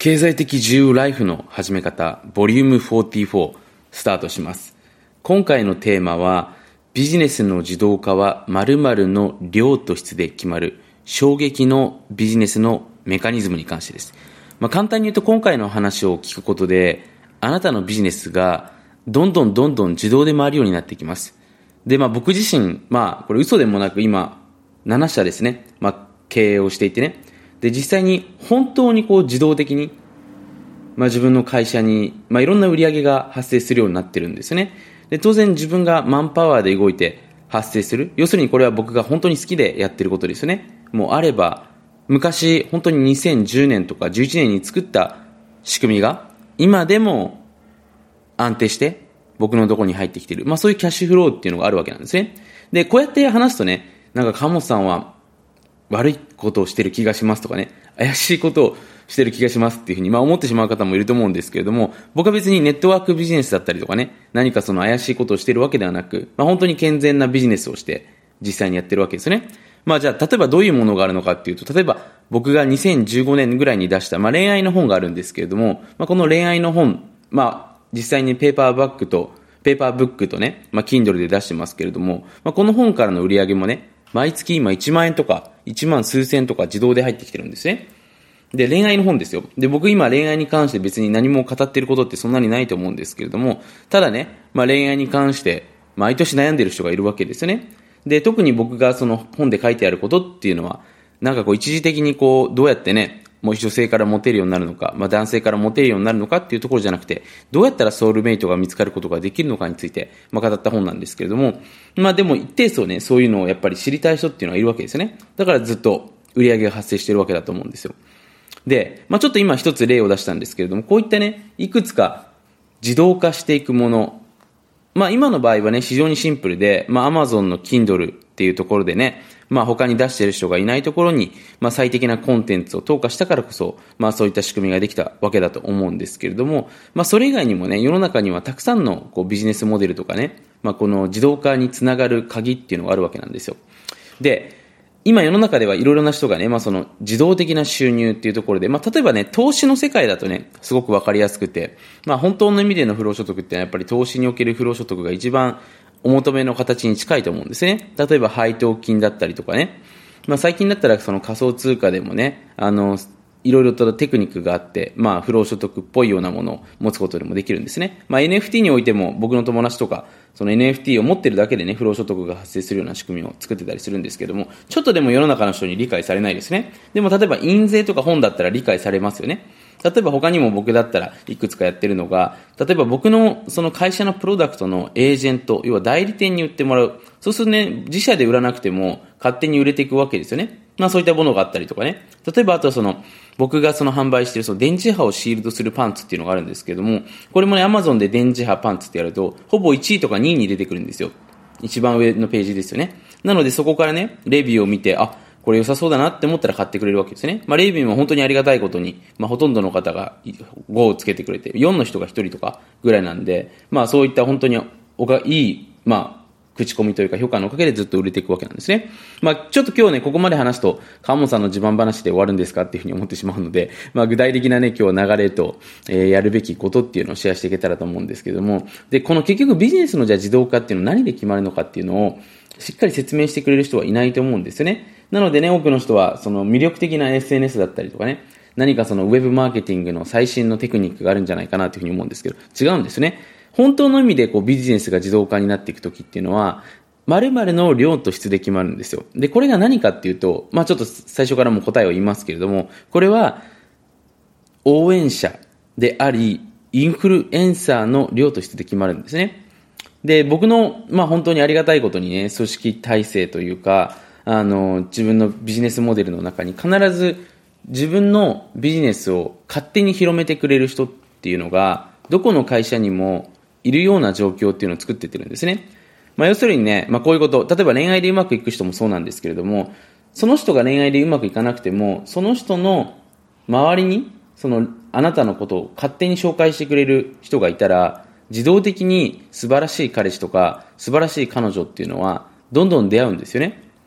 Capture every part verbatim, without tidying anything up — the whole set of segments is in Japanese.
経済的自由ライフの始め方ボリュームよんじゅうよんスタートします。今回のテーマはビジネスの自動化は〇〇の量と質で決まる衝撃のビジネスのメカニズムに関してです。まあ、簡単に言うと今回の話を聞くことであなたのビジネスがどんどんどんどん自動で回るようになってきます。で、まあ僕自身、まあこれ嘘でもなく今なな社ですね、まあ経営をしていてね。で、実際に本当にこう自動的に、まあ、自分の会社に、まあ、いろんな売り上げが発生するようになってるんですね。で、当然自分がマンパワーで動いて発生する。要するにこれは僕が本当に好きでやってることですよね。もうあれば、昔本当ににせんじゅうねんとかじゅういちねんに作った仕組みが今でも安定して僕のところに入ってきている。まあそういうキャッシュフローっていうのがあるわけなんですね。で、こうやって話すとね、なんか川本さんは悪いことをしてる気がしますとかね、怪しいことをしてる気がしますっていうふうに、まあ、思ってしまう方もいると思うんですけれども、僕は別にネットワークビジネスだったりとかね、何かその怪しいことをしているわけではなく、まあ、本当に健全なビジネスをして実際にやってるわけですね。まあじゃあ例えばどういうものがあるのかっていうと、例えば僕がにせんじゅうごねんぐらいに出した、まあ、恋愛の本があるんですけれども、まあ、この恋愛の本、まあ実際にペーパーバッグとペーパーブックとね、まあ、Kindle で出してますけれども、まあ、この本からの売り上げもね、毎月今いちまん円とかいちまん数千とか自動で入ってきてるんですね。で、恋愛の本ですよ。で、僕今恋愛に関して別に何も語っていることってそんなにないと思うんですけれども、ただね、まあ恋愛に関して毎年悩んでる人がいるわけですよね。で、特に僕がその本で書いてあることっていうのは、なんかこう一時的にこう、どうやってね、もう女性からモテるようになるのか、まあ男性からモテるようになるのかっていうところじゃなくて、どうやったらソウルメイトが見つかることができるのかについて、まあ語った本なんですけれども、まあでも一定数ね、そういうのをやっぱり知りたい人っていうのはいるわけですよね。だからずっと売り上げが発生しているわけだと思うんですよ。で、まあちょっと今一つ例を出したんですけれども、こういったね、いくつか自動化していくもの、まあ今の場合はね、非常にシンプルで、まあ Amazon の Kindle っていうところでね、まあ他に出している人がいないところに、まあ最適なコンテンツを投下したからこそ、まあそういった仕組みができたわけだと思うんですけれども、まあそれ以外にもね、世の中にはたくさんのこうビジネスモデルとかね、まあこの自動化につながる鍵っていうのがあるわけなんですよ。で、今世の中ではいろいろな人がね、まあその自動的な収入っていうところで、まあ例えばね、投資の世界だとね、すごくわかりやすくて、まあ本当の意味での不労所得ってのはやっぱり投資における不労所得が一番お求めの形に近いと思うんですね。例えば配当金だったりとかね、まあ最近だったらその仮想通貨でもね、あの、いろいろとテクニックがあって、まあ、不労所得っぽいようなものを持つことでもできるんですね。まあ、エヌエフティー においても、僕の友達とか、その エヌエフティー を持ってるだけでね、不労所得が発生するような仕組みを作ってたりするんですけども、ちょっとでも世の中の人に理解されないですね。でも、例えば、印税とか本だったら理解されますよね。例えば他にも僕だったらいくつかやってるのが、例えば僕のその会社のプロダクトのエージェント、要は代理店に売ってもらう。そうするとね、自社で売らなくても勝手に売れていくわけですよね。まあそういったものがあったりとかね。例えばあとはその、僕がその販売しているその電磁波をシールドするパンツっていうのがあるんですけども、これもね、Amazon で電磁波パンツってやると、ほぼいちいとかにいに出てくるんですよ。一番上のページですよね。なのでそこからね、レビューを見て、あ、これ良さそうだなって思ったら買ってくれるわけですね。まあ、レビューも本当にありがたいことに、まあ、ほとんどの方がごをつけてくれて、よんの人がひとりとかぐらいなんで、まあ、そういった本当におがいい、まあ、口コミというか評価のおかげでずっと売れていくわけなんですね。まあ、ちょっと今日ね、ここまで話すと、川本さんの自慢話で終わるんですかっていうふうに思ってしまうので、まあ、具体的なね、今日は流れと、えー、やるべきことっていうのをシェアしていけたらと思うんですけども、で、この結局ビジネスのじゃあ自動化っていうのは何で決まるのかっていうのを、しっかり説明してくれる人はいないと思うんですよね。なのでね、多くの人はその魅力的な エスエヌエス だったりとかね、何かそのウェブマーケティングの最新のテクニックがあるんじゃないかなというふうに思うんですけど、違うんですね。本当の意味でこうビジネスが自動化になっていくときっていうのは、〇〇の量と質で決まるんですよ。で、これが何かっていうと、まあちょっと最初からも答えを言いますけれども、これは応援者であり、インフルエンサーの量と質で決まるんですね。で、僕の、まあ本当にありがたいことにね、組織体制というか、あの、自分のビジネスモデルの中に必ず自分のビジネスを勝手に広めてくれる人っていうのが、どこの会社にもいるような状況っていうのを作っていってるんですね。まあ要するにね、まあこういうこと、例えば恋愛でうまくいく人もそうなんですけれども、その人が恋愛でうまくいかなくても、その人の周りに、そのあなたのことを勝手に紹介してくれる人がいたら、自動的に素晴らしい彼氏とか素晴らしい彼女っていうのはどんどん出会うんですよね。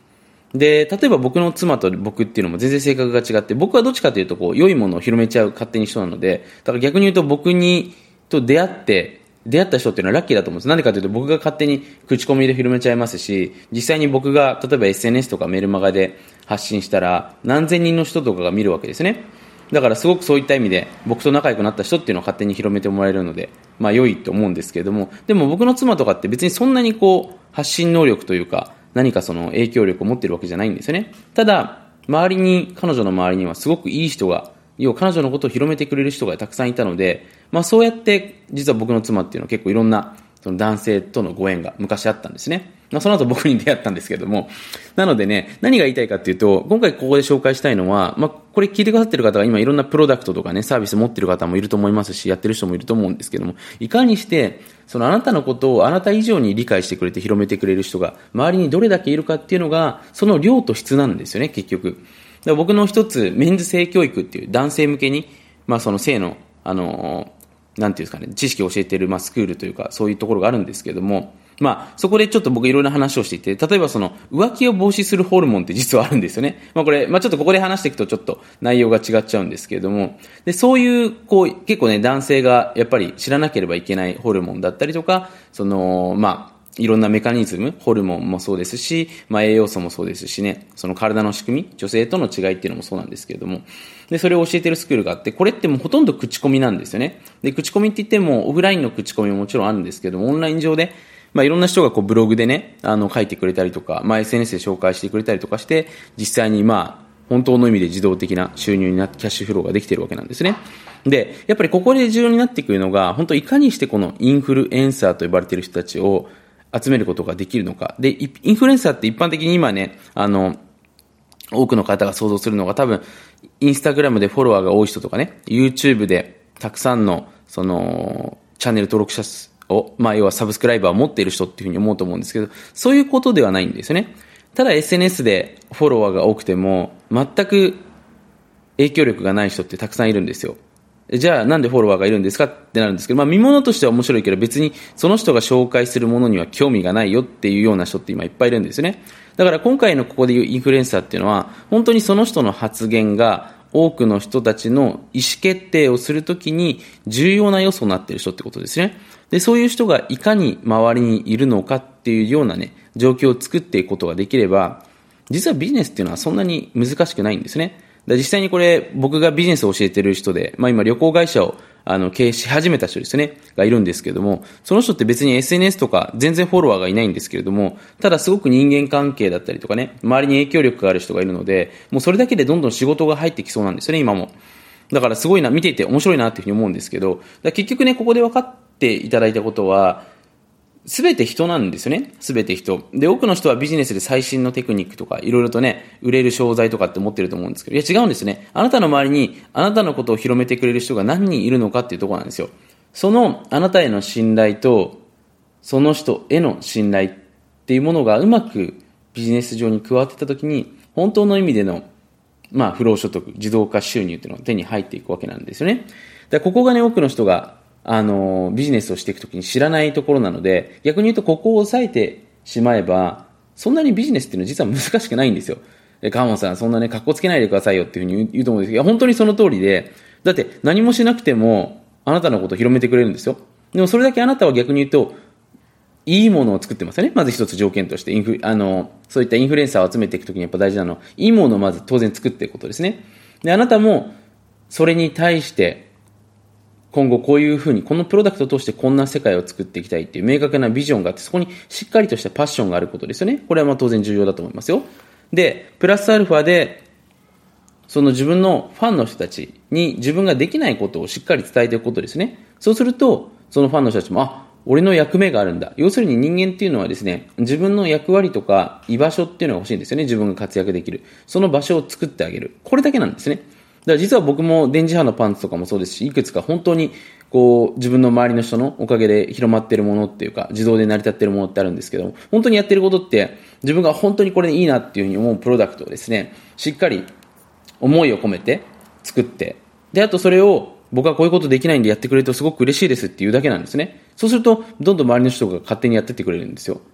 で、例えば僕の妻と僕っていうのも全然性格が違って、僕はどっちかというとこう良いものを広めちゃう勝手に人なので、だから逆に言うと僕にと出会って出会った人っていうのはラッキーだと思うんです。なんでかというと僕が勝手に口コミで広めちゃいますし、実際に僕が例えば エスエヌエス とかメルマガで発信したら何千人の人とかが見るわけですね。だからすごくそういった意味で僕と仲良くなった人っていうのを勝手に広めてもらえるので、まあ良いと思うんですけれども、でも僕の妻とかって別にそんなにこう発信能力というか何かその影響力を持っているわけじゃないんですよね。ただ周りに彼女の周りにはすごくいい人が、要は彼女のことを広めてくれる人がたくさんいたので、まあそうやって実は僕の妻っていうのは結構いろんなその男性とのご縁が昔あったんですね。まあ、その後僕に出会ったんですけれども、なのでね、何が言いたいかっていうと、今回ここで紹介したいのは、まあこれ聞いてくださってる方が今いろんなプロダクトとかね、サービス持ってる方もいると思いますし、やってる人もいると思うんですけども、いかにしてそのあなたのことをあなた以上に理解してくれて広めてくれる人が周りにどれだけいるかっていうのが、その量と質なんですよね、結局。だから僕の一つ、メンズ性教育っていう男性向けに、まあその性の、あの、なんていうんですかね、知識を教えている、まあ、スクールというか、そういうところがあるんですけども、まあ、そこでちょっと僕いろいろな話をしていて、例えばその、浮気を防止するホルモンって実はあるんですよね。まあこれ、まあちょっとここで話していくとちょっと内容が違っちゃうんですけれども、で、そういう、こう、結構ね、男性がやっぱり知らなければいけないホルモンだったりとか、その、まあ、いろんなメカニズム、ホルモンもそうですし、まあ栄養素もそうですしね、その体の仕組み、女性との違いっていうのもそうなんですけれども、で、それを教えてるスクールがあって、これってもうほとんど口コミなんですよね。で、口コミって言っても、オフラインの口コミももちろんあるんですけども、オンライン上で、まあいろんな人がこうブログでね、あの書いてくれたりとか、まあ エスエヌエス で紹介してくれたりとかして、実際にまあ、本当の意味で自動的な収入になって、キャッシュフローができているわけなんですね。で、やっぱりここで重要になってくるのが、本当いかにしてこのインフルエンサーと呼ばれている人たちを集めることができるのか。で、インフルエンサーって一般的に今ね、あの、多くの方が想像するのが多分、インスタグラムでフォロワーが多い人とかね、YouTube でたくさんの、その、チャンネル登録者数を、まあ、要はサブスクライバーを持っている人っていうふうに思うと思うんですけど、そういうことではないんですよね。ただ エスエヌエス でフォロワーが多くても、全く影響力がない人ってたくさんいるんですよ。じゃあなんでフォロワーがいるんですかってなるんですけど、まあ見物としては面白いけど別にその人が紹介するものには興味がないよっていうような人って今いっぱいいるんですよね。だから今回のここでいうインフルエンサーっていうのは本当にその人の発言が多くの人たちの意思決定をするときに重要な要素になっている人ってことですね。で、そういう人がいかに周りにいるのかっていうようなね、状況を作っていくことができれば、実はビジネスっていうのはそんなに難しくないんですね。実際にこれ僕がビジネスを教えている人で、まあ今旅行会社をあの経営し始めた人ですね、がいるんですけれども、その人って別に エスエヌエス とか全然フォロワーがいないんですけれども、ただすごく人間関係だったりとかね、周りに影響力がある人がいるので、もうそれだけでどんどん仕事が入ってきそうなんですよね、今も。だからすごいな、見ていて面白いなっていうふうに思うんですけど、結局ね、ここで分かっていただいたことは、すべて人なんですよね。すべて人。で、多くの人はビジネスで最新のテクニックとか、いろいろとね、売れる商材とかって持ってると思うんですけど、いや違うんですね。あなたの周りに、あなたのことを広めてくれる人が何人いるのかっていうところなんですよ。その、あなたへの信頼と、その人への信頼っていうものがうまくビジネス上に加わっていったときに、本当の意味での、まあ、不労所得、自動化収入っていうのが手に入っていくわけなんですよね。だからここがね、多くの人が、あの、ビジネスをしていくときに知らないところなので、逆に言うとここを押さえてしまえば、そんなにビジネスっていうのは実は難しくないんですよ。で、川本さん、そんなね、格好つけないでくださいよっていうふうに言うと思うんですけど、いや、本当にその通りで、だって何もしなくても、あなたのことを広めてくれるんですよ。でもそれだけあなたは逆に言うと、いいものを作ってますよね。まず一つ条件として、インフ、あの、そういったインフルエンサーを集めていくときにやっぱ大事なのは、いいものをまず当然作っていくことですね。で、あなたも、それに対して、今後こういうふうにこのプロダクトを通してこんな世界を作っていきたいっていう明確なビジョンがあって、そこにしっかりとしたパッションがあることですよね。これはまあ当然重要だと思いますよ。で、プラスアルファでその自分のファンの人たちに自分ができないことをしっかり伝えていくことですね。そうするとそのファンの人たちも、あ、俺の役目があるんだ。要するに人間っていうのはですね、自分の役割とか居場所っていうのが欲しいんですよね。自分が活躍できる。その場所を作ってあげる。これだけなんですね。だから実は僕も電磁波のパンツとかもそうですし、いくつか本当にこう自分の周りの人のおかげで広まっているものっていうか、自動で成り立っているものってあるんですけども、本当にやってることって自分が本当にこれでいいなっていうふうに思うプロダクトをですね、しっかり思いを込めて作って、で、あとそれを僕はこういうことできないんでやってくれるとすごく嬉しいですっていうだけなんですね。そうするとどんどん周りの人が勝手にやってってくれるんですよ。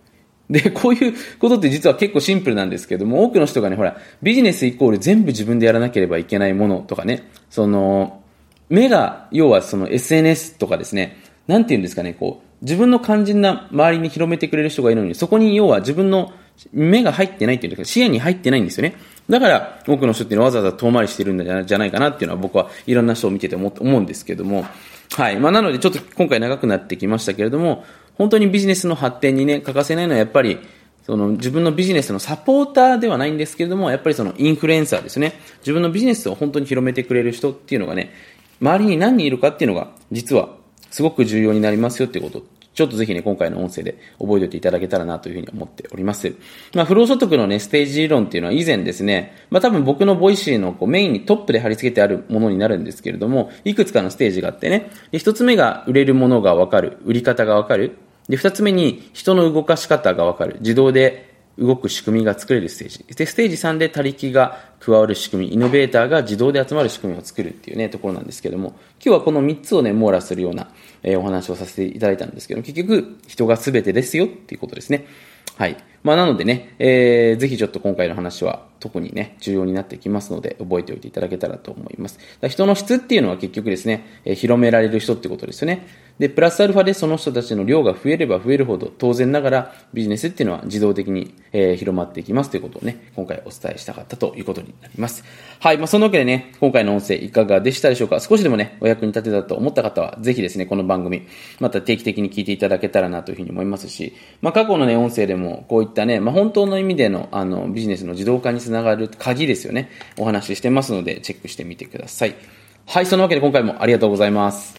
で、こういうことって実は結構シンプルなんですけども、多くの人がね、ほら、ビジネスイコール全部自分でやらなければいけないものとかね、その、目が、要はその エスエヌエス とかですね、なんて言うんですかね、こう、自分の肝心な周りに広めてくれる人がいるのに、そこに要は自分の目が入ってないっていうんですか、視野に入ってないんですよね。だから、多くの人っていうのはわざわざ遠回りしてるんじゃないかなっていうのは僕はいろんな人を見てて思うんですけども、はい。まあ、なのでちょっと今回長くなってきましたけれども、本当にビジネスの発展にね、欠かせないのはやっぱり、その自分のビジネスのサポーターではないんですけれども、やっぱりそのインフルエンサーですね。自分のビジネスを本当に広めてくれる人っていうのがね、周りに何人いるかっていうのが、実はすごく重要になりますよっていうことを、ちょっとぜひね、今回の音声で覚えておいていただけたらなというふうに思っております。まあ、不労所得のね、ステージ理論っていうのは以前ですね、まあ多分僕のボイシーのこうメインにトップで貼り付けてあるものになるんですけれども、いくつかのステージがあってね、で一つ目が売れるものがわかる、売り方がわかる。で、二つ目に人の動かし方がわかる、自動で動く仕組みが作れるステージ。で、ステージさんで他力が加わる仕組み、イノベーターが自動で集まる仕組みを作るっていうね、ところなんですけども、今日はこのみっつをね、網羅するような、えー、お話をさせていただいたんですけども、結局、人が全てですよっていうことですね。はい。まあ、なのでね、えー、ぜひちょっと今回の話は特にね、重要になってきますので、覚えておいていただけたらと思います。人の質っていうのは結局ですね、えー、広められる人ってことですよね。で、プラスアルファでその人たちの量が増えれば増えるほど、当然ながらビジネスっていうのは自動的に、えー、広まっていきますということをね、今回お伝えしたかったということになります。はい。まあ、そのわけでね、今回の音声いかがでしたでしょうか。少しでもね、お役に立てたと思った方は、ぜひですね、この番組、また定期的に聞いていただけたらなというふうに思いますし、まあ、過去のね、音声でもこういったね、まあ、本当の意味での、あの、ビジネスの自動化につながる鍵ですよね、お話ししてますので、チェックしてみてください。はい。そのわけで今回もありがとうございます。